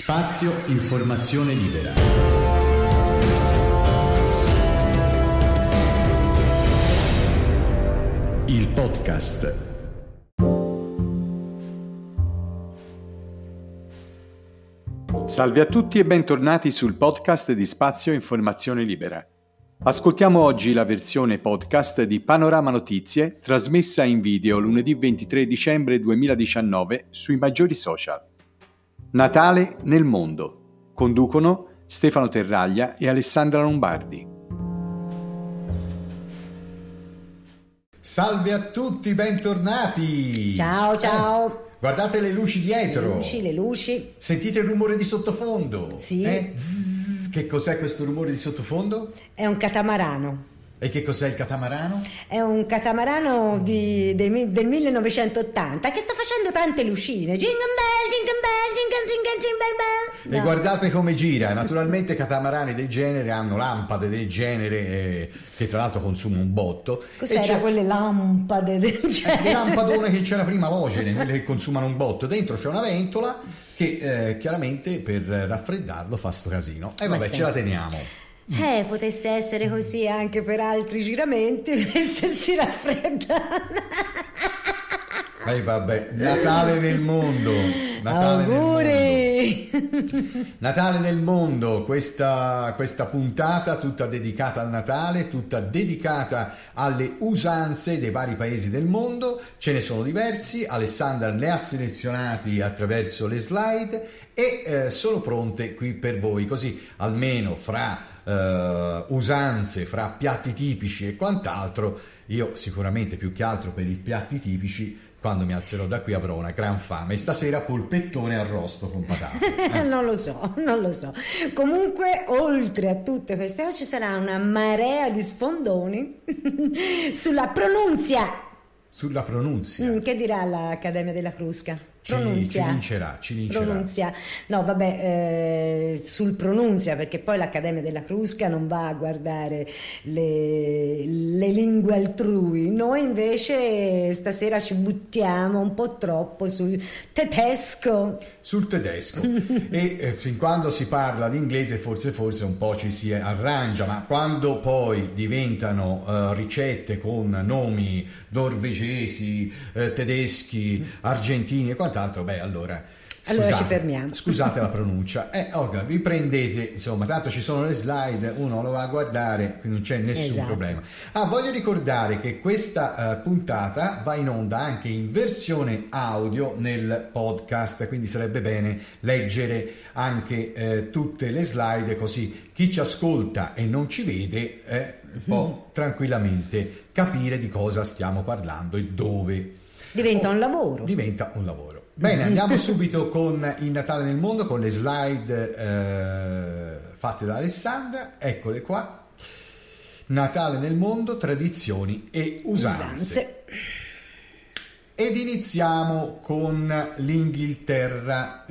Spazio Informazione Libera. Il podcast. Salve a tutti e bentornati sul podcast di Spazio Informazione Libera. Ascoltiamo oggi la versione podcast di Panorama Notizie, trasmessa in video lunedì 23 dicembre 2019 sui maggiori social. Natale nel mondo. Conducono Stefano Terraglia e Alessandra Lombardi. Salve a tutti, bentornati! Ciao! Guardate le luci dietro! Le luci. Sentite il rumore di sottofondo? Sì. Zzz, che cos'è questo rumore di sottofondo? È un catamarano. E che cos'è il catamarano? È un catamarano del 1980 che sta facendo tante lucine. Jingle bell, jingle bell, jingle bell. E guardate come gira. Naturalmente catamarani del genere hanno lampade del genere che tra l'altro consumano un botto. Cos'era quelle lampade del genere? Le lampadone che c'era prima all'ogene, quelle che consumano un botto. Dentro c'è una ventola che chiaramente per raffreddarlo fa sto casino. E vabbè, ce la teniamo. Potesse essere così anche per altri giramenti se si raffredda. Vabbè, Natale nel mondo. Auguri! Natale nel mondo, questa puntata tutta dedicata al Natale, tutta dedicata alle usanze dei vari paesi del mondo. Ce ne sono diversi, Alessandra ne ha selezionati attraverso le slide e sono pronte qui per voi, così almeno fra usanze, fra piatti tipici e quant'altro, io sicuramente più che altro per i piatti tipici quando mi alzerò da qui avrò una gran fame. Stasera polpettone arrosto con patate. Non lo so. Comunque, oltre a tutte queste cose, ci sarà una marea di sfondoni sulla pronunzia. Sulla pronunzia. Che dirà l'Accademia della Crusca? Ci vincerà. Pronunzia. No, vabbè, sul pronunzia, perché poi l'Accademia della Crusca non va a guardare le lingue altrui. Noi invece stasera ci buttiamo un po' troppo sul tedesco. E fin quando si parla di inglese forse un po' ci si arrangia, ma quando poi diventano ricette con nomi norvegesi, tedeschi, argentini e quant'altro, allora ci fermiamo. Scusate la pronuncia. Vi prendete, insomma, tanto ci sono le slide, uno lo va a guardare, quindi non c'è nessun problema. Voglio ricordare che questa puntata va in onda anche in versione audio nel podcast, quindi sarebbe bene leggere anche tutte le slide, così chi ci ascolta e non ci vede può tranquillamente capire di cosa stiamo parlando e dove. Diventa un lavoro. Bene, andiamo subito con il Natale nel mondo, con le slide fatte da Alessandra. Eccole qua. Natale nel mondo, tradizioni e usanze. Ed iniziamo con l'Inghilterra.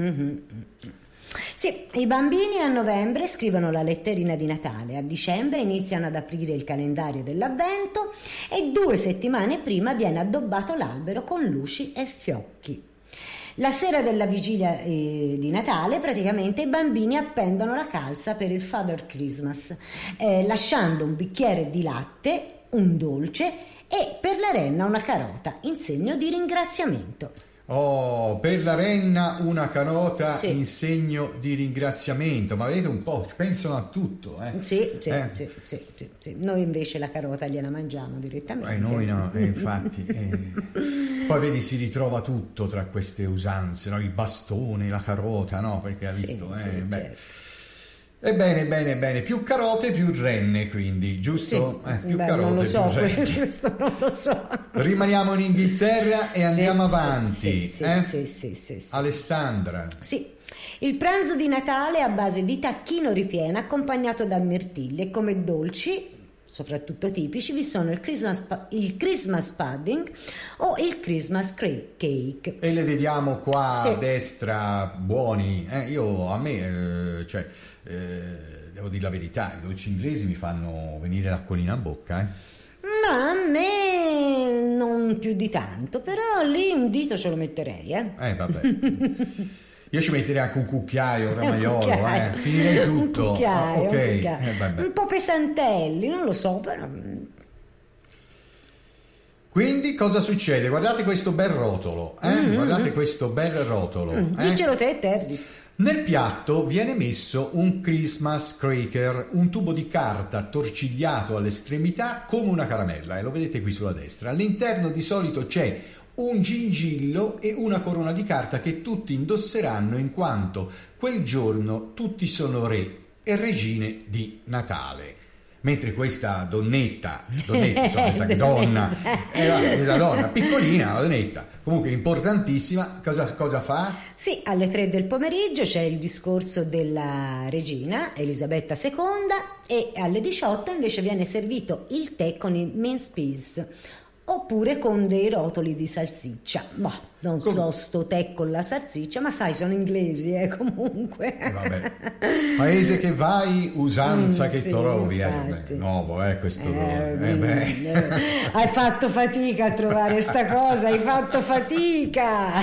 Sì, i bambini a novembre scrivono la letterina di Natale, a dicembre iniziano ad aprire il calendario dell'avvento e 2 settimane prima viene addobbato l'albero con luci e fiocchi. La sera della vigilia di Natale praticamente i bambini appendono la calza per il Father Christmas, lasciando un bicchiere di latte, un dolce e per la renna una carota in segno di ringraziamento. Per la renna una carota in segno di ringraziamento, ma vedete un po', pensano a tutto. Sì. Noi invece la carota gliela mangiamo direttamente. Noi no, infatti. Poi vedi, si ritrova tutto tra queste usanze, no? Il bastone, la carota, no? Perché ha visto? Certo. Bene, più carote più renne, quindi, giusto? Più carote più renne. Questo non lo so. Rimaniamo in Inghilterra e andiamo avanti. Sì. Alessandra. Sì. Il pranzo di Natale è a base di tacchino ripieno accompagnato da mirtilli e come dolci, soprattutto tipici, vi sono il Christmas pudding o il Christmas cake. E le vediamo qua a destra, buoni. Devo dire la verità, i dolci inglesi mi fanno venire l'acquolina a bocca. Ma a me non più di tanto, però lì un dito ce lo metterei. Vabbè. Io ci metterei anche un cucchiaio, un ramaiolo, finirei tutto. Un cucchiaio, Ok. Un po' pesantelli, non lo so, però... Quindi cosa succede? Guardate questo bel rotolo, guardate questo bel rotolo. Dicelo te, Terris. Nel piatto viene messo un Christmas cracker, un tubo di carta torcigliato all'estremità come una caramella, e lo vedete qui sulla destra. All'interno di solito c'è un gingillo e una corona di carta che tutti indosseranno, in quanto quel giorno tutti sono re e regine di Natale. Mentre questa donnetta, insomma, questa donna, questa donna piccolina, la donnetta, comunque importantissima, cosa fa? Sì, alle 3 del pomeriggio c'è il discorso della regina Elisabetta II e alle 18 invece viene servito il tè con i mince peas, oppure con dei rotoli di salsiccia. Boh, non so sto tè con la salsiccia, ma sai, sono inglesi, comunque. Vabbè. Paese che vai, usanza che sì, trovi. Nuovo, questo. Hai fatto fatica a trovare sta cosa, hai fatto fatica.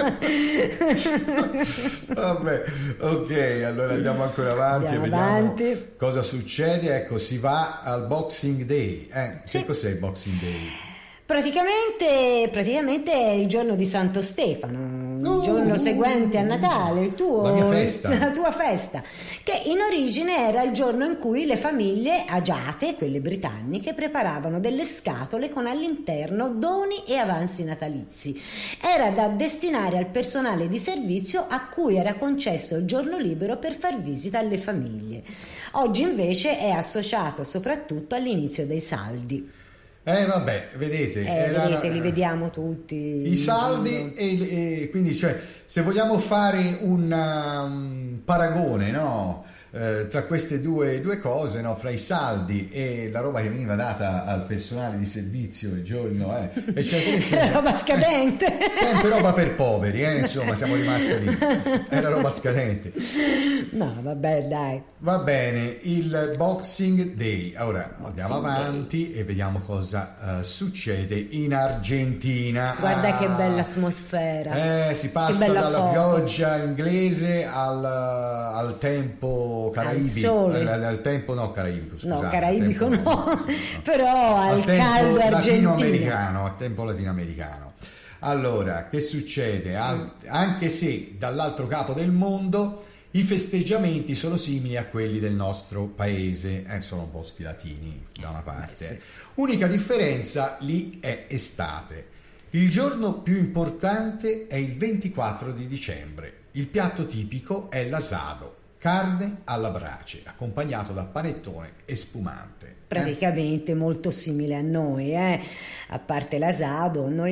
Vabbè, ok, allora andiamo ancora avanti e vediamo cosa succede. Ecco, si va al Boxing Day. Sì. Che cos'è il Boxing Day? Praticamente è il giorno di Santo Stefano, il giorno seguente a Natale, la mia festa. La tua festa, che in origine era il giorno in cui le famiglie agiate, quelle britanniche, preparavano delle scatole con all'interno doni e avanzi natalizi. Era da destinare al personale di servizio a cui era concesso il giorno libero per far visita alle famiglie. Oggi invece è associato soprattutto all'inizio dei saldi. Vabbè, vedete, li vediamo tutti. I saldi e quindi, cioè, se vogliamo fare un paragone, no? Tra queste due cose, no? Fra i saldi e la roba che veniva data al personale di servizio il giorno, eccetera, eccetera. Roba scadente. Sempre roba per poveri, insomma, siamo rimasti lì. Era roba scadente. No, vabbè, dai. Va bene, il Boxing Day. Ora andiamo avanti e vediamo cosa succede in Argentina. Guarda che bella atmosfera. Si passa dalla pioggia inglese al tempo caraibico, al tempo caraibico, scusate. No, caraibico no, però al caldo argentino. Al tempo latinoamericano. Allora, che succede? Anche se dall'altro capo del mondo i festeggiamenti sono simili a quelli del nostro paese, sono posti latini da una parte. Sì. Unica differenza lì è estate. Il giorno più importante è il 24 di dicembre. Il piatto tipico è l'asado, carne alla brace, accompagnato da panettone e spumante. Praticamente molto simile a noi, a parte l'asado, noi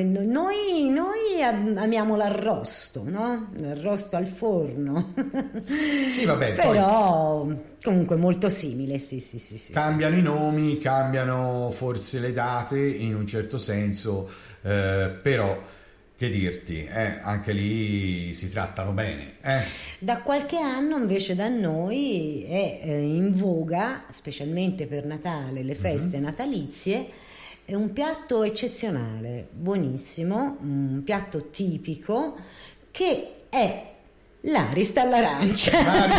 amiamo l'arrosto, no? L'arrosto al forno. Sì, vabbè, però comunque molto simile, sì. Cambiano i nomi, cambiano forse le date in un certo senso, però che dirti, anche lì si trattano bene. Da qualche anno invece da noi è in voga, specialmente per Natale, le feste natalizie, è un piatto eccezionale, buonissimo, un piatto tipico che è l'arista all'arancia.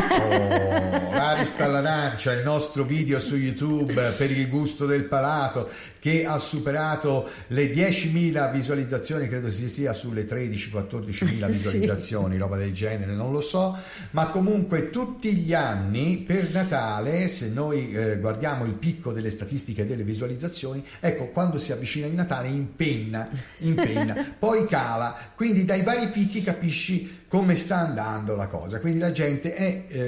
L'arista all'arancia, il nostro video su YouTube per il gusto del palato, che ha superato le 10.000 visualizzazioni, credo si sia sulle 13-14.000 visualizzazioni, sì. Roba del genere, non lo so, ma comunque tutti gli anni per Natale, se noi guardiamo il picco delle statistiche delle visualizzazioni, ecco, quando si avvicina il Natale impenna, poi cala, quindi dai vari picchi capisci come sta andando la cosa. Quindi la gente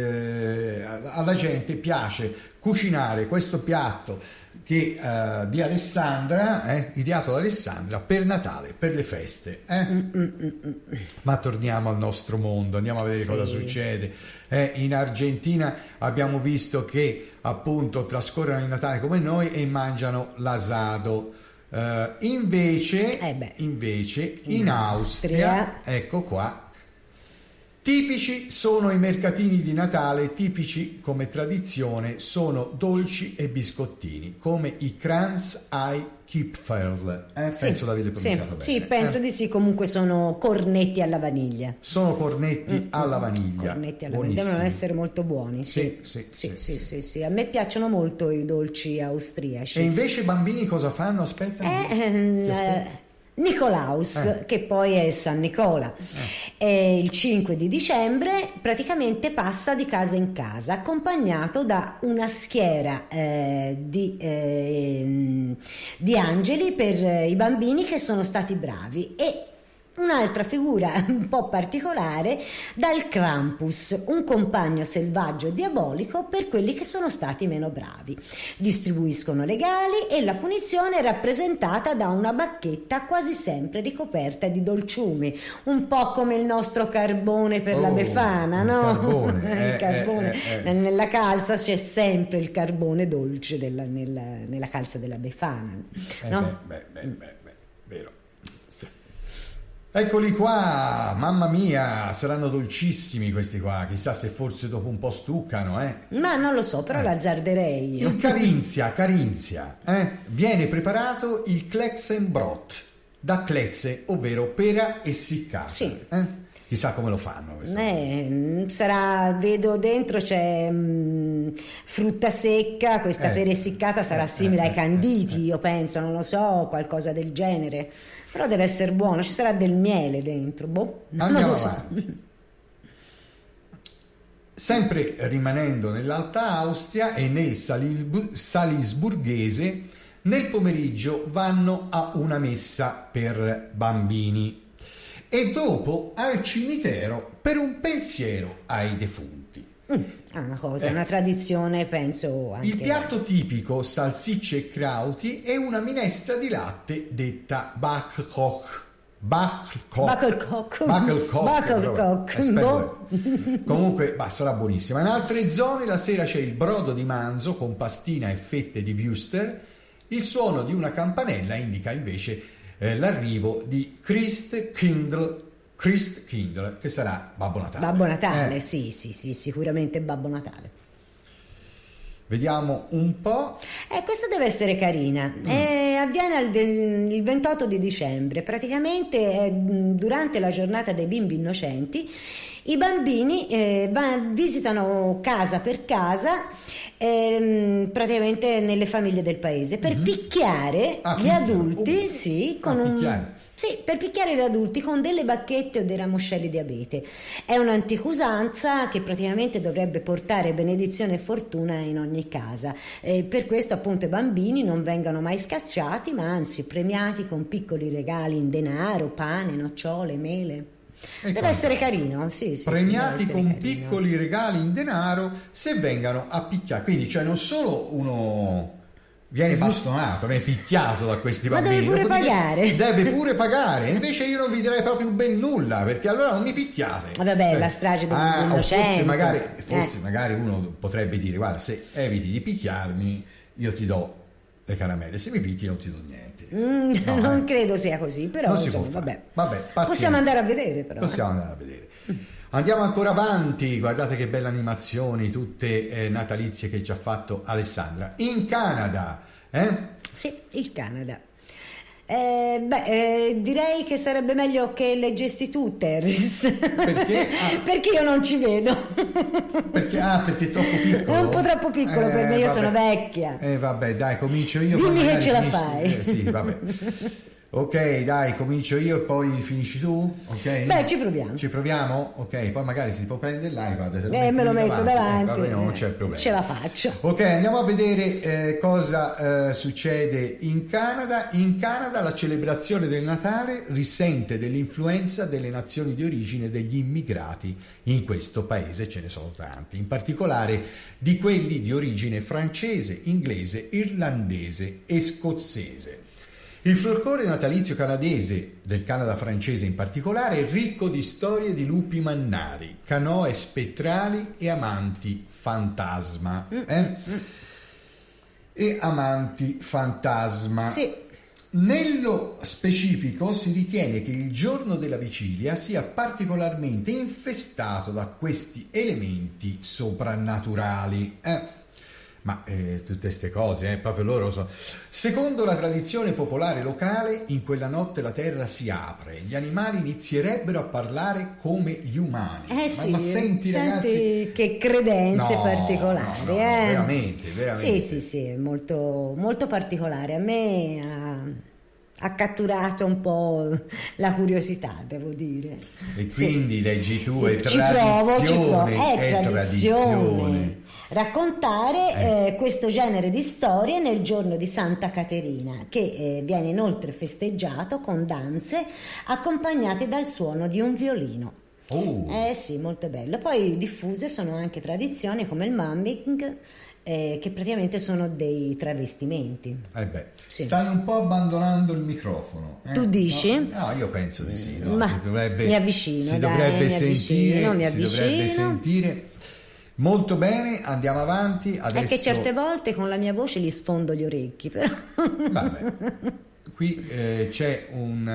alla gente piace cucinare questo piatto che di Alessandra, ideato da Alessandra per Natale, per le feste. Ma torniamo al nostro mondo, andiamo a vedere cosa succede. In Argentina abbiamo visto che appunto trascorrono il Natale come noi e mangiano l'asado. Invece in Austria, ecco qua, Tipici sono i mercatini di Natale, tipici come tradizione sono dolci e biscottini, come i Kranz ai Kipferl. Penso di averli pronunciato bene. Sì, penso di sì, comunque sono cornetti alla vaniglia. Sono cornetti alla vaniglia. Cornetti alla vaniglia, devono essere molto buoni. Sì. A me piacciono molto i dolci austriaci. E invece i bambini cosa fanno? Aspetta. Nicolaus, che poi è San Nicola. Il 5 di dicembre praticamente passa di casa in casa accompagnato da una schiera di angeli per i bambini che sono stati bravi, e un'altra figura un po' particolare dal Krampus, un compagno selvaggio e diabolico per quelli che sono stati meno bravi. Distribuiscono regali e la punizione è rappresentata da una bacchetta quasi sempre ricoperta di dolciumi, un po' come il nostro carbone per la Befana, no? Il carbone. Nella calza c'è sempre il carbone dolce nella calza della Befana, no? Vero. Eccoli qua, mamma mia, saranno dolcissimi questi qua, chissà se forse dopo un po' stuccano, Ma non lo so, però l'azzarderei io. Il Carinzia, viene preparato il Klexenbrot, da kleze, ovvero pera essiccata. Sì. Chissà come lo fanno questo. Vedo dentro c'è frutta secca, questa pera essiccata sarà simile ai canditi, io penso, non lo so, qualcosa del genere, però deve essere buono, ci sarà del miele dentro, Andiamo avanti. Sempre rimanendo nell'Alta Austria e nel Salisburghese, nel pomeriggio vanno a una messa per bambini e dopo al cimitero per un pensiero ai defunti. È una cosa, una tradizione, penso anche. Il piatto tipico, salsicce e krauti, è una minestra di latte detta Backkoch. Comunque sarà buonissima. In altre zone la sera c'è il brodo di manzo con pastina e fette di Würstel. Il suono di una campanella indica invece l'arrivo di Christkindl, che sarà Babbo Natale. Babbo Natale, sì, sicuramente Babbo Natale. Vediamo un po'. Questa deve essere carina. Avviene il 28 di dicembre, praticamente durante la giornata dei bimbi innocenti. I bambini visitano casa per casa, praticamente nelle famiglie del paese, per picchiare gli adulti, per picchiare gli adulti con delle bacchette o dei ramoscelli di abete. È un'antica usanza che praticamente dovrebbe portare benedizione e fortuna in ogni casa. Per questo appunto i bambini non vengano mai scacciati, ma anzi premiati con piccoli regali in denaro, pane, nocciole, mele. Deve essere carino, premiati con carino. Piccoli regali in denaro se vengano a picchiare, quindi cioè non solo uno viene bastonato, viene picchiato da questi bambini, ma deve pure pagare. Invece io non vi direi proprio un bel nulla, perché allora non mi picchiate. Vabbè, la strage dell'Innocente. Forse magari uno potrebbe dire: guarda, se eviti di picchiarmi io ti do le caramelle, se mi picchi non ti do niente. Non credo sia così, però non insomma, vabbè, possiamo andare a vedere, però. Andiamo ancora avanti, guardate che belle animazioni, tutte natalizie che ci ha fatto Alessandra. In Canada, Sì, il Canada. Direi che sarebbe meglio che leggessi tu, Terris. Perché? Perché io non ci vedo. Perché è troppo piccolo? È un po' troppo piccolo per me, io sono vecchia. Vabbè, dai, comincio io. Dimmi che ce la fai. Sì, vabbè. Ok, dai, comincio io e poi finisci tu, ok? Beh, ci proviamo. Ci proviamo? Ok, poi magari si può prendere l'iPad. Me lo metto davanti. Non c'è problema. Ce la faccio. Ok, andiamo a vedere cosa succede in Canada. In Canada la celebrazione del Natale risente dell'influenza delle nazioni di origine degli immigrati in questo paese, ce ne sono tanti, in particolare di quelli di origine francese, inglese, irlandese e scozzese. Il folklore natalizio canadese, del Canada francese in particolare, è ricco di storie di lupi mannari, canoe spettrali e amanti fantasma. E amanti fantasma. Sì. Nello specifico si ritiene che il giorno della vigilia sia particolarmente infestato da questi elementi soprannaturali. Ma tutte queste cose, proprio loro so. Secondo la tradizione popolare locale, in quella notte la terra si apre, gli animali inizierebbero a parlare come gli umani. Sì, ma senti ragazzi, che credenze particolari. No, veramente. Sì, è molto, molto particolare. A me ha catturato un po' la curiosità, devo dire. E quindi leggi tu, è tradizione. Raccontare questo genere di storie nel giorno di Santa Caterina, che viene inoltre festeggiato con danze accompagnate dal suono di un violino. Sì, molto bello. Poi diffuse sono anche tradizioni come il mumming, che praticamente sono dei travestimenti. Sì. Stai un po' abbandonando il microfono. Tu dici? No, io penso di sì. No? Ma mi avvicino. Si dovrebbe sentire. Molto bene, andiamo avanti. Adesso... È che certe volte con la mia voce li sfondo gli orecchi, però. Vabbè. Qui c'è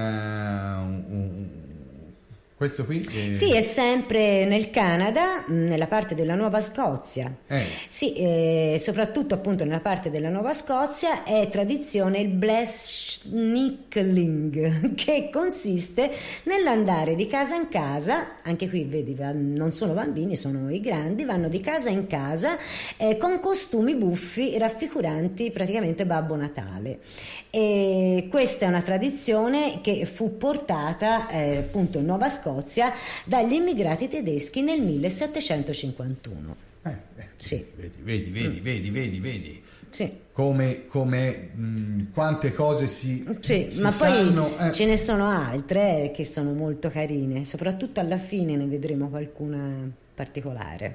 questo qui? Sì, è sempre nel Canada, nella parte della Nuova Scozia. Sì, soprattutto appunto nella parte della Nuova Scozia è tradizione il blessnickling, che consiste nell'andare di casa in casa, anche qui vedi, non sono bambini, sono i grandi, vanno di casa in casa con costumi buffi raffiguranti praticamente Babbo Natale. E questa è una tradizione che fu portata appunto in Nuova Scozia dagli immigrati tedeschi nel 1751. Sì. Vedi. Sì. Come quante cose si ma sanno. Poi ce ne sono altre che sono molto carine, soprattutto alla fine ne vedremo qualcuna particolare.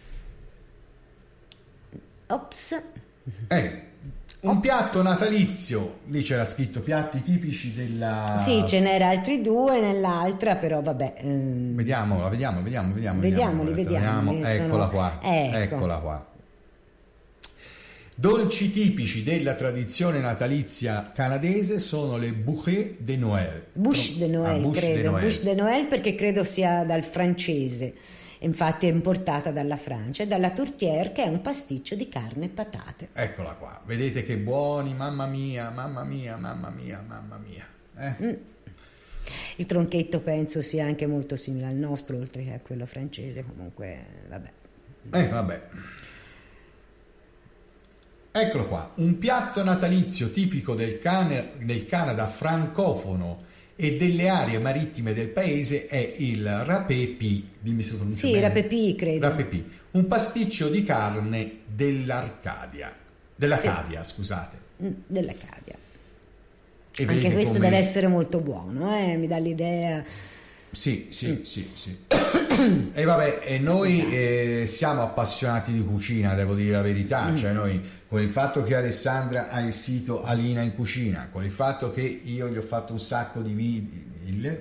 Ops. Un piatto natalizio, lì c'era scritto piatti tipici della... Sì, ce n'era altri due nell'altra, però vabbè. Vediamoli. Eccola qua. Eccola qua. Dolci tipici della tradizione natalizia canadese sono le bûches de Noël. Bûche de Noël perché credo sia dal francese. Infatti è importata dalla Francia, e dalla tourtière, che è un pasticcio di carne e patate. Eccola qua, vedete che buoni, mamma mia. Il tronchetto penso sia anche molto simile al nostro, oltre che a quello francese, comunque vabbè. Eccolo qua, un piatto natalizio tipico del Canada francofono e delle aree marittime del paese è il rapépi, dimmi se pronuncia bene. Sì, rapépi, credo. Rapépi, un pasticcio di carne dell'Arcadia, scusate. Dell'Arcadia. E anche questo deve essere molto buono, mi dà l'idea. Sì. E vabbè, e noi siamo appassionati di cucina, devo dire la verità, cioè noi con il fatto che Alessandra ha il sito Alina in Cucina, con il fatto che io gli ho fatto un sacco di video.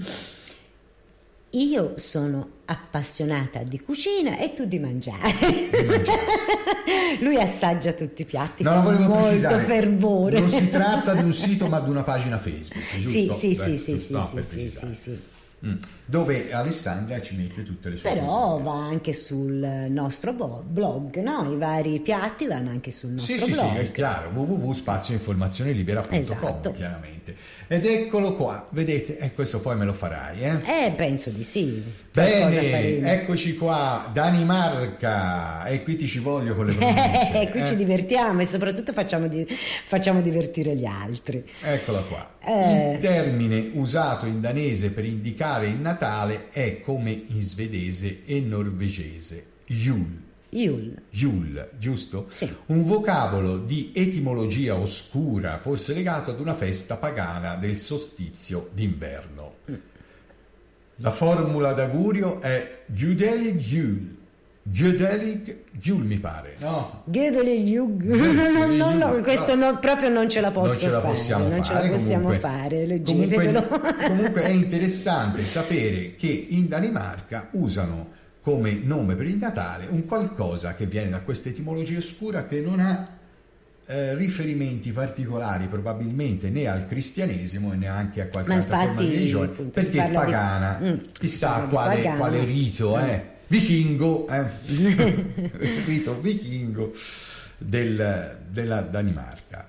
Io sono appassionata di cucina e tu di mangiare. Lui assaggia tutti i piatti con molto fervore. Non si tratta di un sito ma di una pagina Facebook, giusto? Sì. Dove Alessandra ci mette tutte le sue cose. Però va anche sul nostro blog, no? I vari piatti vanno anche sul nostro blog. Sì, è chiaro, www.spazioinformazionelibera.com, esatto. Chiaramente. Ed eccolo qua, vedete, questo poi me lo farai, penso di sì. Bene, eccoci qua, Danimarca, e qui ti ci voglio con le pronunce. Qui ci divertiamo e soprattutto facciamo divertire gli altri. Eccola qua. Il termine usato in danese per indicare il Natale è come in svedese e norvegese, Jul, giusto? Sì. Un vocabolo di etimologia oscura, forse legato ad una festa pagana del solstizio d'inverno. La formula d'augurio è Gudelig Jul mi pare, no? No, questo proprio non ce la possiamo fare. Leggetevelo. Comunque è interessante sapere che in Danimarca usano come nome per il Natale un qualcosa che viene da questa etimologia oscura che non ha riferimenti particolari probabilmente né al cristianesimo e neanche a qualche altra forma di religione, perché è pagana, chissà quale rito vichingo, rito vichingo della Danimarca.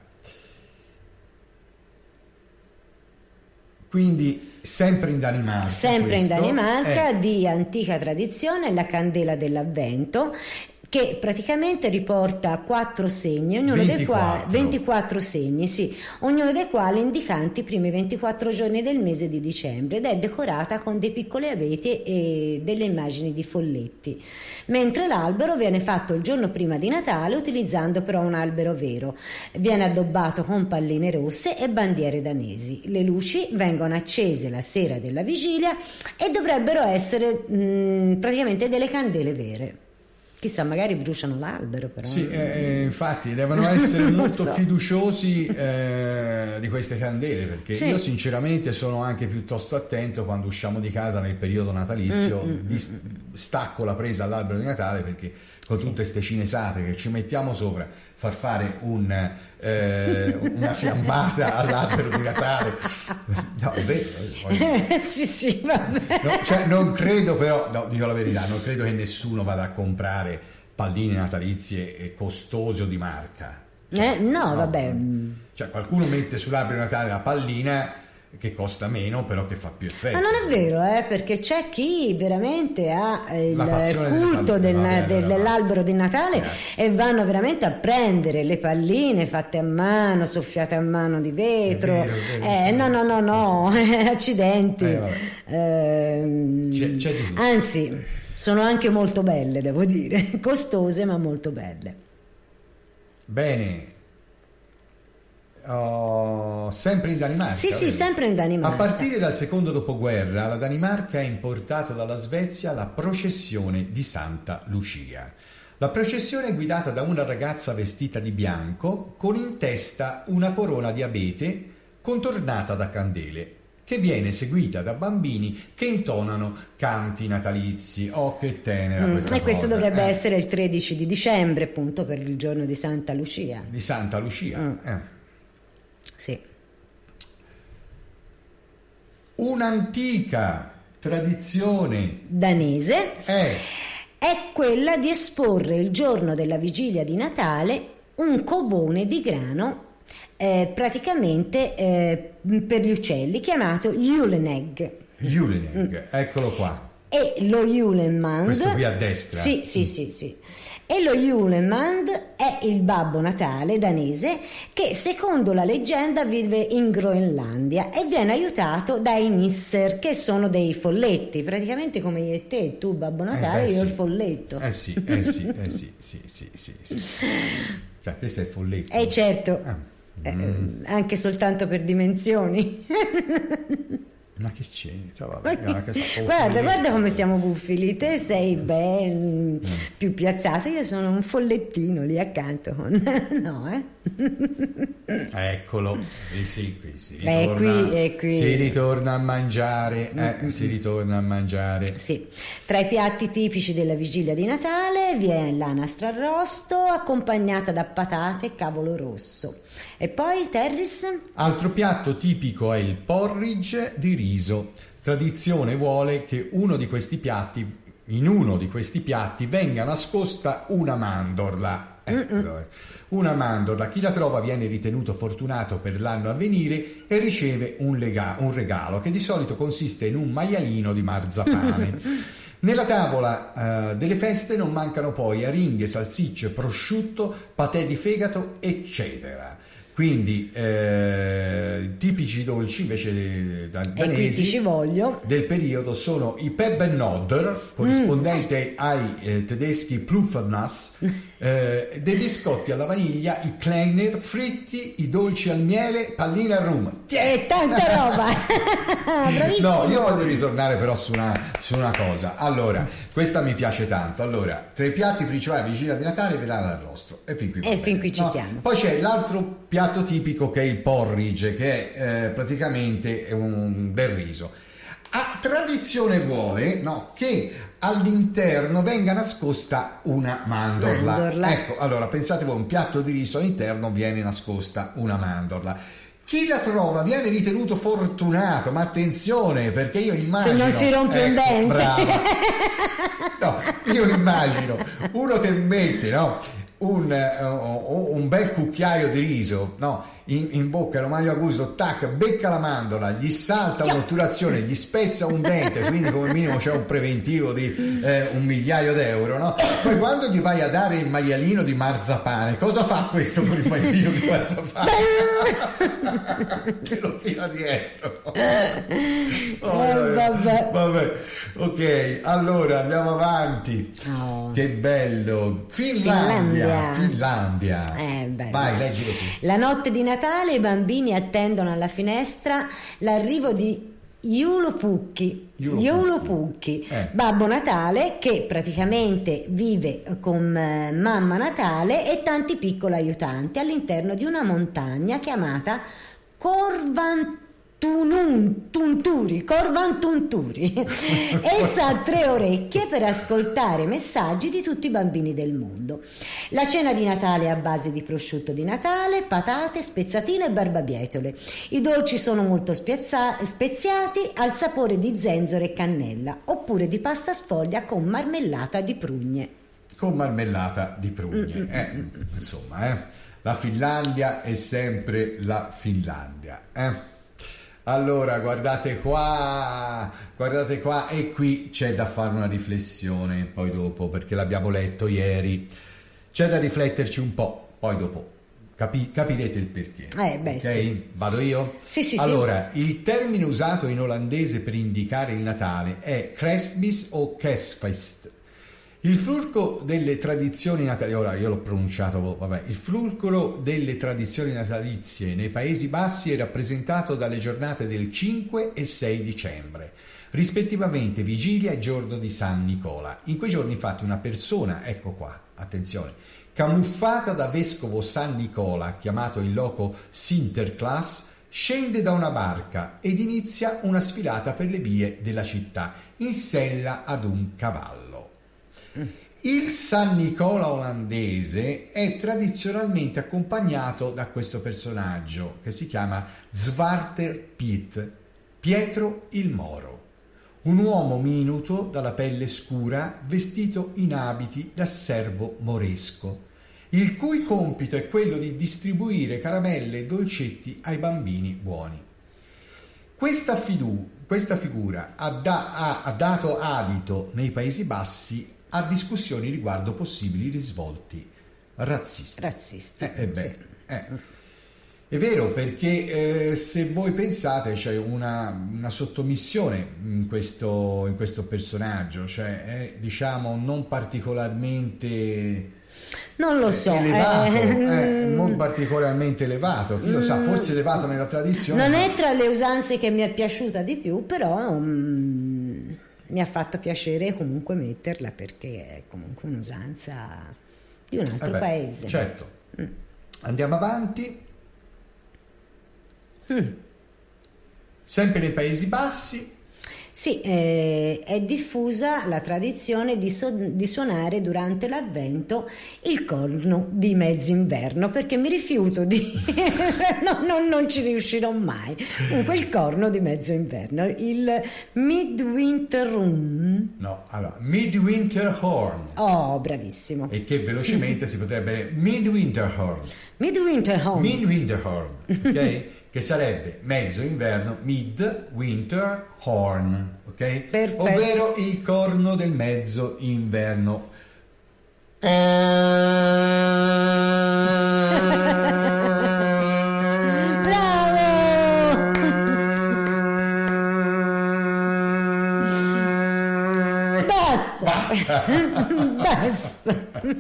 Quindi sempre in Danimarca, di antica tradizione, la candela dell'Avvento, che praticamente riporta 4 segni, ognuno 24. Dei quali 24 segni, sì, ognuno dei quali indicanti i primi 24 giorni del mese di dicembre, ed è decorata con dei piccoli abeti e delle immagini di folletti, mentre l'albero viene fatto il giorno prima di Natale, utilizzando però un albero vero. Viene addobbato con palline rosse e bandiere danesi. Le luci vengono accese la sera della vigilia e dovrebbero essere praticamente delle candele vere. Chissà, magari bruciano l'albero, però. Sì, infatti devono essere molto fiduciosi di queste candele, perché io sinceramente sono anche piuttosto attento quando usciamo di casa nel periodo natalizio, stacco la presa all'albero di Natale, perché con tutte queste cinesate che ci mettiamo sopra, far fare una fiammata all'albero di Natale, no, è vero. Sì, vabbè. No, cioè, non credo, però, no, dico la verità, non credo che nessuno vada a comprare palline natalizie costose o di marca. No, vabbè. Cioè, qualcuno mette sull'albero di Natale la pallina che costa meno, però che fa più effetto. Ma non è vero, perché c'è chi veramente ha il culto dell'albero di Natale, e vanno veramente a prendere le palline fatte a mano, soffiate a mano di vetro. È vero, no, accidenti. C'è di tutto. Anzi, sono anche molto belle, devo dire, costose ma molto belle. Bene. Sempre in Danimarca. Sì, sempre in Danimarca. A partire dal secondo dopoguerra la Danimarca ha importato dalla Svezia la processione di Santa Lucia. La processione è guidata da una ragazza vestita di bianco con in testa una corona di abete contornata da candele, che viene seguita da bambini che intonano canti natalizi. Oh, che tenera questa e questo cosa. Dovrebbe essere il 13 di dicembre, appunto, per il giorno di Santa Lucia. Di Santa Lucia. Sì. Un'antica tradizione danese è quella di esporre il giorno della vigilia di Natale un covone di grano praticamente per gli uccelli, chiamato Julenegg. Eccolo qua. E lo Julemand, questo qui a destra. Sì. E lo Julemand è il Babbo Natale danese che, secondo la leggenda, vive in Groenlandia e viene aiutato dai nisser, che sono dei folletti, praticamente come io e te, tu Babbo Natale, io il folletto. Sì. Cioè, te sei il folletto. Certo, anche soltanto per dimensioni. Ma che c'entra? Guarda come siamo buffi. Te sei ben più piazzato, io sono un follettino lì accanto. Eccolo, si ritorna a mangiare. Si ritorna a mangiare. Sì. Tra i piatti tipici della vigilia di Natale vi è l'anastra arrosto, accompagnata da patate e cavolo rosso. E poi, Terris? Altro piatto tipico è il porridge di riso. Tradizione vuole che in uno di questi piatti venga nascosta una mandorla. Una mandorla. Chi la trova viene ritenuto fortunato per l'anno a venire e riceve un regalo che di solito consiste in un maialino di marzapane. Nella tavola delle feste non mancano poi aringhe, salsicce, prosciutto, patè di fegato, eccetera. Quindi tipici dolci invece danesi del periodo sono i Pebbenodder, corrispondente ai tedeschi Pfluffernuss, dei biscotti alla vaniglia, i Kleiner, fritti, i dolci al miele, palline al rum. E tanta roba! No, io voglio ritornare però su una cosa. Allora, questa mi piace tanto. Allora, tra i piatti principali vigilia di Natale ve l'arrosto. E fin qui ci siamo. Poi c'è l'altro piatto tipico che è il porridge, che è praticamente del riso. tradizione vuole, no, che all'interno venga nascosta una mandorla. Ecco, allora pensate voi, un piatto di riso all'interno viene nascosta una mandorla. Chi la trova viene ritenuto fortunato, ma attenzione, perché io immagino... Se non si rompe un dente. Brava. No, io immagino uno che mette, no, un bel cucchiaio di riso, no, in bocca, lo mangia a gusto, tac, becca la mandorla, gli salta un'otturazione, gli spezza un dente, quindi come minimo c'è un preventivo di €1.000.000, no? Poi quando gli vai a dare il maialino di marzapane, cosa fa questo con il maialino di marzapane? Te lo tira dietro. Vabbè. Ok, allora andiamo avanti. Che bello. Finlandia. Vai, leggilo tu. La notte di Natale i bambini attendono alla finestra l'arrivo di Joulupukki, Babbo Natale, che praticamente vive con Mamma Natale e tanti piccoli aiutanti all'interno di una montagna chiamata Korvantunturi. Essa ha 3 orecchie per ascoltare messaggi di tutti i bambini del mondo. La cena di Natale è a base di prosciutto di Natale, patate, spezzatine e barbabietole. I dolci sono molto speziati, al sapore di zenzero e cannella, oppure di pasta sfoglia con marmellata di prugne. La Finlandia è sempre la Finlandia, Allora, guardate qua, e qui c'è da fare una riflessione poi dopo, perché l'abbiamo letto ieri, c'è da rifletterci un po', poi dopo capirete il perché. Sì. Vado io? Sì. Allora, il termine usato in olandese per indicare il Natale è Kerstmis o Kerstfest. Il fulcro delle tradizioni natalizie, ora io l'ho pronunciato, il fulcro delle tradizioni natalizie nei Paesi Bassi è rappresentato dalle giornate del 5 e 6 dicembre, rispettivamente vigilia e giorno di San Nicola. In quei giorni infatti una persona, ecco qua, attenzione, camuffata da vescovo San Nicola, chiamato in loco Sinterklaas, scende da una barca ed inizia una sfilata per le vie della città in sella ad un cavallo. Il San Nicola olandese è tradizionalmente accompagnato da questo personaggio che si chiama Zwarte Piet, Pietro il Moro, un uomo minuto dalla pelle scura vestito in abiti da servo moresco, il cui compito è quello di distribuire caramelle e dolcetti ai bambini buoni. Questa figura ha dato adito nei Paesi Bassi a discussioni riguardo possibili risvolti razzisti. È vero, perché se voi pensate c'è una sottomissione in questo personaggio, cioè è, diciamo, non particolarmente... Non lo so, non particolarmente elevato, chi lo sa, forse elevato nella tradizione. Non è tra le usanze che mi è piaciuta di più, però mi ha fatto piacere comunque metterla, perché è comunque un'usanza di un altro paese. Certo. Andiamo avanti. Sempre nei Paesi Bassi. Sì, è diffusa la tradizione di suonare durante l'Avvento il corno di mezzinverno, perché mi rifiuto di... non ci riuscirò mai. Comunque il corno di mezzinverno, il Midwinter Horn. No, allora, Midwinter Horn. Oh, bravissimo. E che velocemente si potrebbe Midwinter Horn. Midwinter Horn, ok? Che sarebbe mezzo inverno, midwinter horn, ok? Perfetto. Ovvero il corno del mezzo inverno. Bravo! Basta.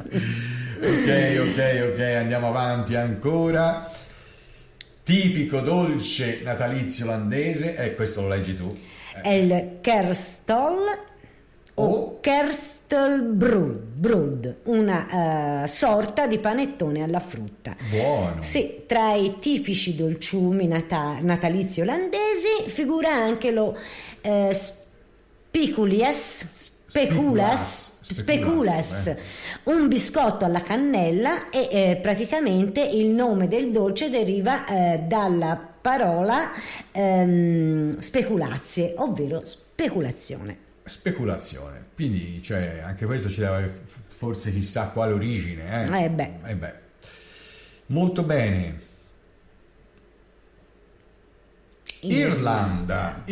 Ok, andiamo avanti ancora. Tipico dolce natalizio olandese, questo lo leggi tu. È il kerstol o Kastelbrud, una sorta di panettone alla frutta. Buono. Sì, tra i tipici dolciumi natalizi olandesi figura anche lo Speculas, un biscotto alla cannella e praticamente il nome del dolce deriva dalla parola speculazie, ovvero speculazione. Quindi cioè, anche questo ci deve forse chissà quale origine. Beh. Molto bene. Irlanda.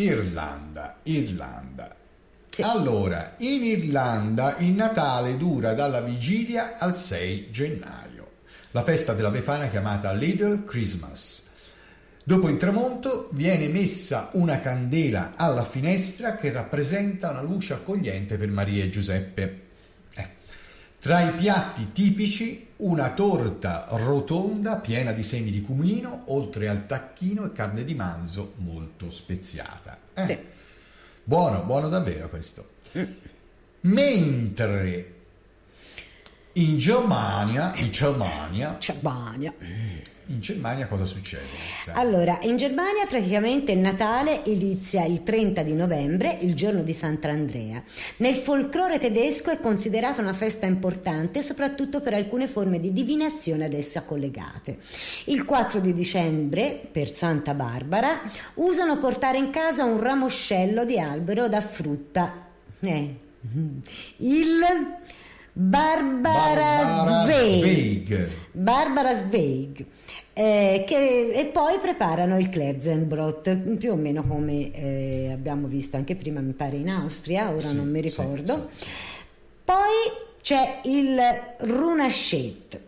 Sì. Allora, in Irlanda il Natale dura dalla vigilia al 6 gennaio. La festa della Befana chiamata Little Christmas. Dopo il tramonto viene messa una candela alla finestra che rappresenta una luce accogliente per Maria e Giuseppe. Tra i piatti tipici una torta rotonda piena di semi di cumino, oltre al tacchino e carne di manzo molto speziata. Sì. Buono davvero questo. Mentre in Germania cosa succede? Allora, in Germania praticamente il Natale inizia il 30 di novembre, il giorno di Sant'Andrea. Nel folklore tedesco è considerata una festa importante, soprattutto per alcune forme di divinazione ad essa collegate. Il 4 di dicembre, per Santa Barbara, usano portare in casa un ramoscello di albero da frutta. Il Barbara Zweig. E poi preparano il Klerzenbrot, più o meno come abbiamo visto anche prima, mi pare in Austria, ora non mi ricordo. Sì. Poi c'è il Runaket,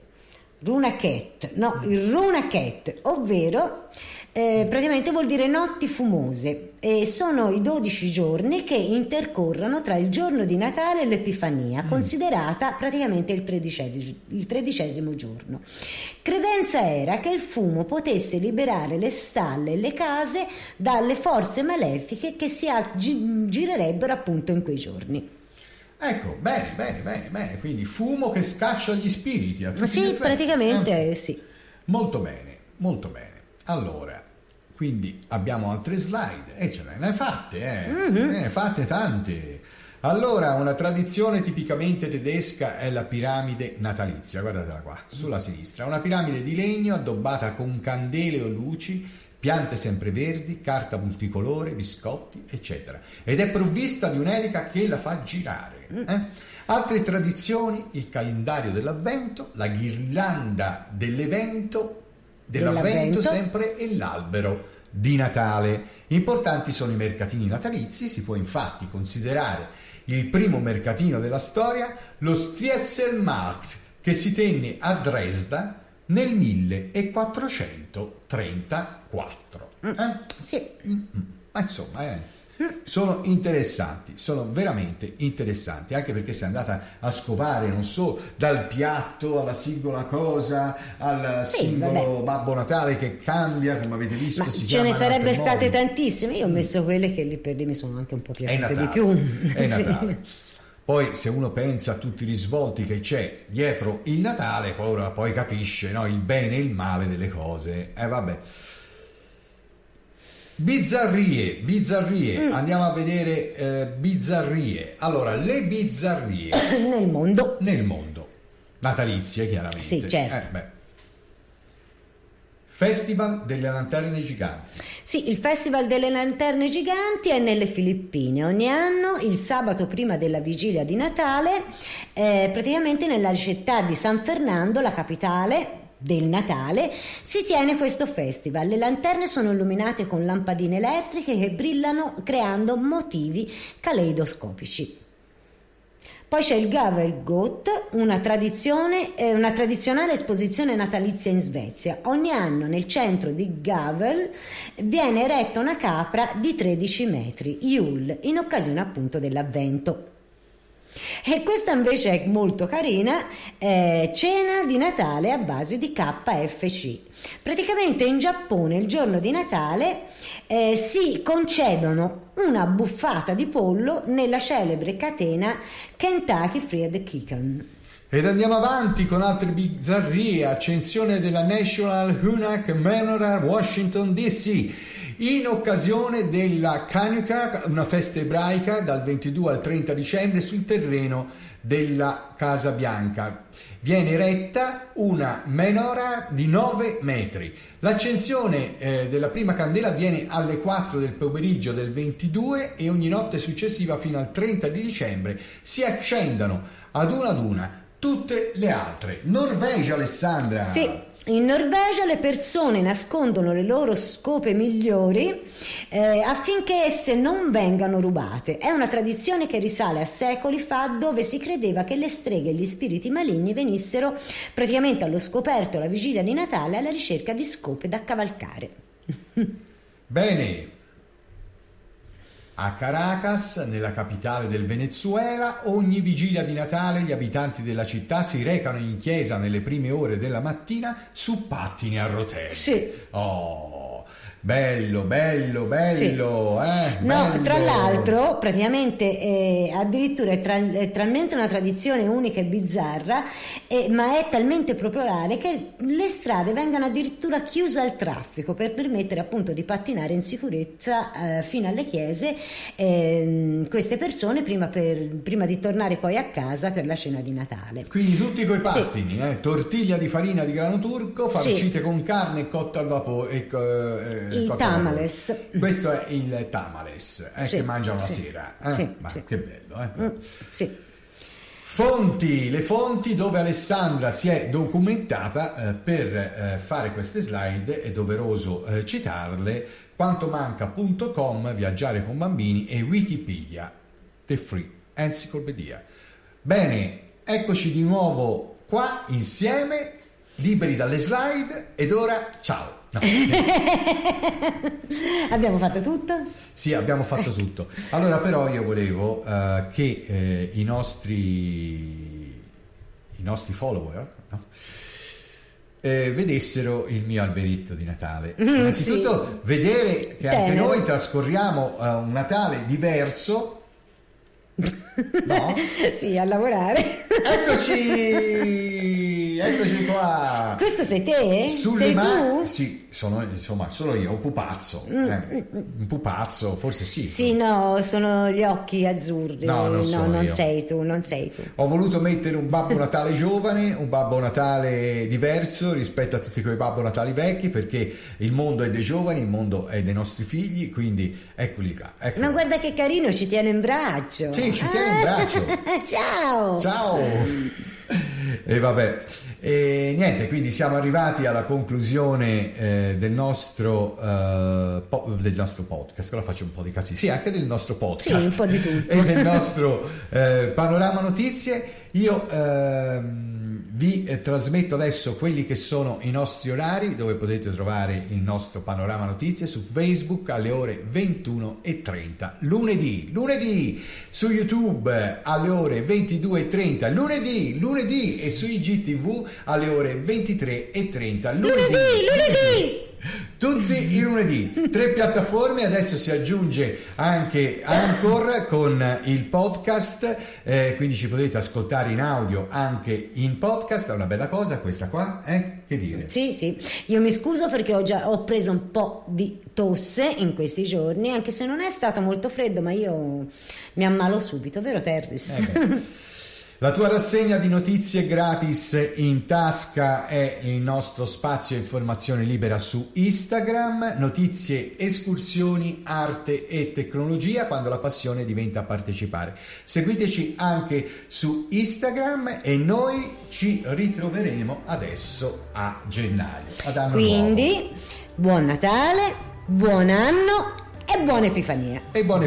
ovvero praticamente vuol dire notti fumose, e sono i 12 giorni che intercorrono tra il giorno di Natale e l'Epifania, considerata praticamente il 13° giorno. Credenza era che il fumo potesse liberare le stalle e le case dalle forze malefiche che si aggirerebbero appunto in quei giorni. Ecco, bene, quindi fumo che scaccia gli spiriti a tutti gli effetti. Praticamente sì. Molto bene. Allora, quindi abbiamo altre slide e ce ne hai fatte, ne hai fatte tante. Allora, una tradizione tipicamente tedesca è la piramide natalizia, guardatela qua, sulla sinistra, una piramide di legno addobbata con candele o luci, piante sempreverdi, carta multicolore, biscotti, eccetera, ed è provvista di un'elica che la fa girare. Altre tradizioni: il calendario dell'avvento, la ghirlanda dell'avvento sempre, e l'albero di Natale. Importanti sono i mercatini natalizi. Si può infatti considerare il primo mercatino della storia lo Striezelmarkt, che si tenne a Dresda nel 1434. Sì. Ma insomma, sono interessanti, sono veramente interessanti, anche perché sei andata a scovare non so dal piatto alla singola cosa al singolo Babbo Natale che cambia, come avete visto. Ma ce ne sarebbe state tantissime. Io ho messo quelle che lì per lì mi sono anche un po' piaciute di più. È Natale. Poi se uno pensa a tutti i risvolti che c'è dietro il Natale, poi capisce, no, il bene e il male delle cose. Vabbè. Bizzarrie. Andiamo a vedere bizzarrie. Allora, le bizzarrie nel mondo natalizie, chiaramente. Sì, certo. Festival delle lanterne giganti. Sì, il Festival delle lanterne giganti è nelle Filippine. Ogni anno, il sabato prima della vigilia di Natale, praticamente nella città di San Fernando, la capitale del Natale, si tiene questo festival. Le lanterne sono illuminate con lampadine elettriche che brillano creando motivi caleidoscopici. Poi c'è il Gavelgot, una tradizionale esposizione natalizia in Svezia. Ogni anno nel centro di Gavel viene eretta una capra di 13 metri, Jul, in occasione appunto dell'avvento. E questa invece è molto carina, cena di Natale a base di KFC. Praticamente in Giappone il giorno di Natale si concedono una buffata di pollo nella celebre catena Kentucky Fried Chicken. Ed andiamo avanti con altre bizzarrie. Accensione della National Hunnak Menorah, Washington DC, in occasione della Chanukah, una festa ebraica dal 22 al 30 dicembre sul terreno della Casa Bianca. Viene eretta una menorah di 9 metri. L'accensione della prima candela avviene alle 4 del pomeriggio del 22 e ogni notte successiva fino al 30 di dicembre si accendono ad una tutte le altre. Norvegia, Alessandra. Sì. In Norvegia le persone nascondono le loro scope migliori affinché esse non vengano rubate. È una tradizione che risale a secoli fa, dove si credeva che le streghe e gli spiriti maligni venissero praticamente allo scoperto la vigilia di Natale alla ricerca di scope da cavalcare. Bene. A Caracas, nella capitale del Venezuela, ogni vigilia di Natale gli abitanti della città si recano in chiesa nelle prime ore della mattina su pattini a rotelle. Sì. Oh, bello, bello, bello. Sì. No, bello. Tra l'altro, praticamente addirittura è talmente una tradizione unica e bizzarra, ma è talmente popolare che le strade vengono addirittura chiuse al traffico per permettere appunto di pattinare in sicurezza fino alle chiese queste persone prima di tornare poi a casa per la cena di Natale. Quindi tutti coi pattini, sì. Tortiglia di farina di grano turco farcite sì. con carne cotta al vapore. Il tamales. Questo è il tamales sì. che mangiano la sì. sera. Sì. Ma sì. che bello. Sì. Le fonti dove Alessandra si è documentata per fare queste slide, è doveroso citarle: quantomanca.com, Viaggiare con bambini, e Wikipedia, The Free Encyclopedia. Bene, eccoci di nuovo qua insieme, liberi dalle slide, ed ora ciao. No. Abbiamo fatto tutto? Sì, abbiamo fatto tutto. Allora però io volevo che i nostri follower, no? Vedessero il mio alberetto di Natale. Innanzitutto sì. vedere che anche noi trascorriamo un Natale diverso. No? Sì, a lavorare. Eccoci qua. Questo sei te? Sei tu? Sì, sono insomma solo io, un pupazzo. Un pupazzo, forse sì. Sì, no, sono gli occhi azzurri. No, non sei tu, non sei tu. Ho voluto mettere un Babbo Natale giovane, un Babbo Natale diverso rispetto a tutti quei Babbo Natali vecchi, perché il mondo è dei giovani, il mondo è dei nostri figli, quindi eccoli qua. Ma guarda che carino, ci tiene in braccio. Sì, ci tiene in braccio. Ciao. E vabbè. E niente, quindi siamo arrivati alla conclusione del nostro podcast. Ora faccio un po' di casino. Sì, anche del nostro podcast. Sì, un po' di tutto. E del nostro panorama notizie. Io vi trasmetto adesso quelli che sono i nostri orari, dove potete trovare il nostro panorama notizie su Facebook alle ore 21:30 lunedì, su YouTube alle ore 22:30 lunedì, e su IGTV alle ore 23:30 lunedì. Tutti i lunedì, 3 piattaforme, adesso si aggiunge anche Anchor con il podcast, quindi ci potete ascoltare in audio anche in podcast, è una bella cosa questa qua, che dire? Sì, io mi scuso perché ho preso un po' di tosse in questi giorni, anche se non è stato molto freddo, ma io mi ammalo subito, vero Terris? La tua rassegna di notizie gratis in tasca è il nostro spazio informazione libera su Instagram, notizie, escursioni, arte e tecnologia, quando la passione diventa partecipare. Seguiteci anche su Instagram e noi ci ritroveremo adesso a gennaio, ad anno Quindi, nuovo. Buon Natale, buon anno e buona Epifania.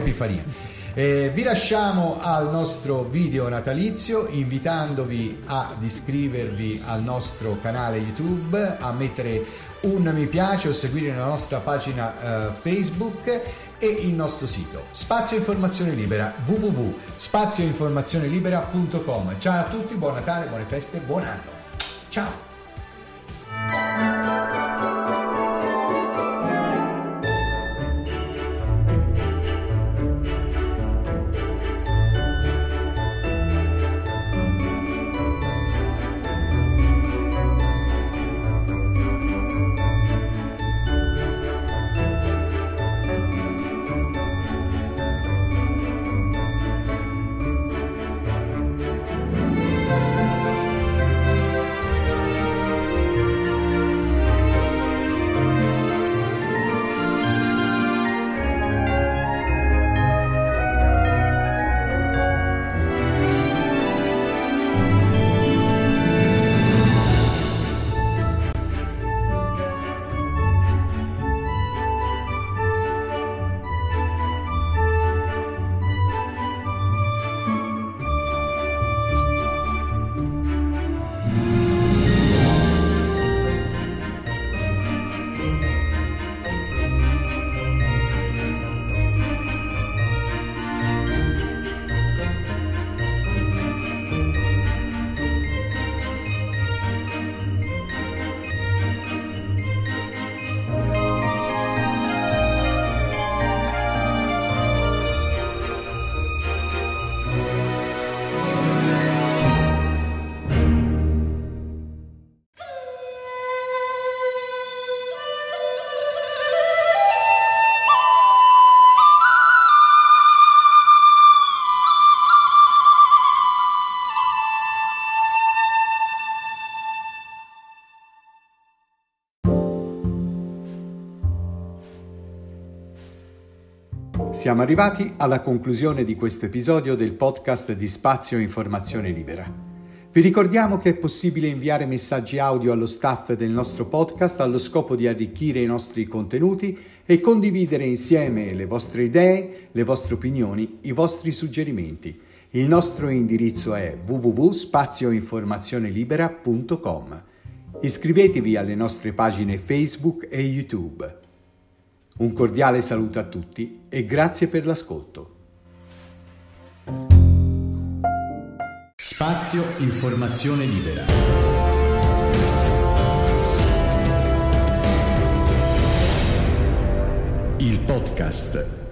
Vi lasciamo al nostro video natalizio, invitandovi ad iscrivervi al nostro canale YouTube, a mettere un mi piace o seguire la nostra pagina Facebook, e il nostro sito Spazio Informazione Libera, www.spazioinformazionelibera.com. Ciao a tutti, buon Natale, buone feste, buon anno. Ciao! Siamo arrivati alla conclusione di questo episodio del podcast di Spazio Informazione Libera. Vi ricordiamo che è possibile inviare messaggi audio allo staff del nostro podcast allo scopo di arricchire i nostri contenuti e condividere insieme le vostre idee, le vostre opinioni, i vostri suggerimenti. Il nostro indirizzo è www.spazioinformazionelibera.com. Iscrivetevi alle nostre pagine Facebook e YouTube. Un cordiale saluto a tutti e grazie per l'ascolto. Spazio Informazione Libera. Il podcast.